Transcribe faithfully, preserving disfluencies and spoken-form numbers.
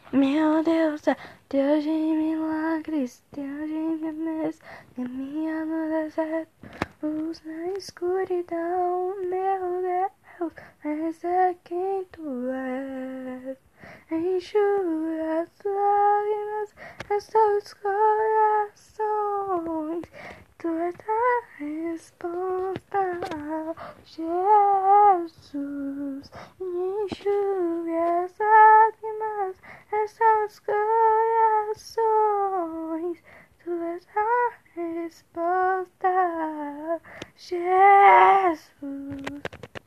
Meu Deus, é Deus de milagres, Deus de promessas, caminha no deserto, luz na escuridão. Meu Deus, esse é quem tu és. Enxuga as lágrimas em seus corações. Tu és a resposta, Jesus. Enxuga as lágrimas em seus corações. Tu és a resposta, Jesus.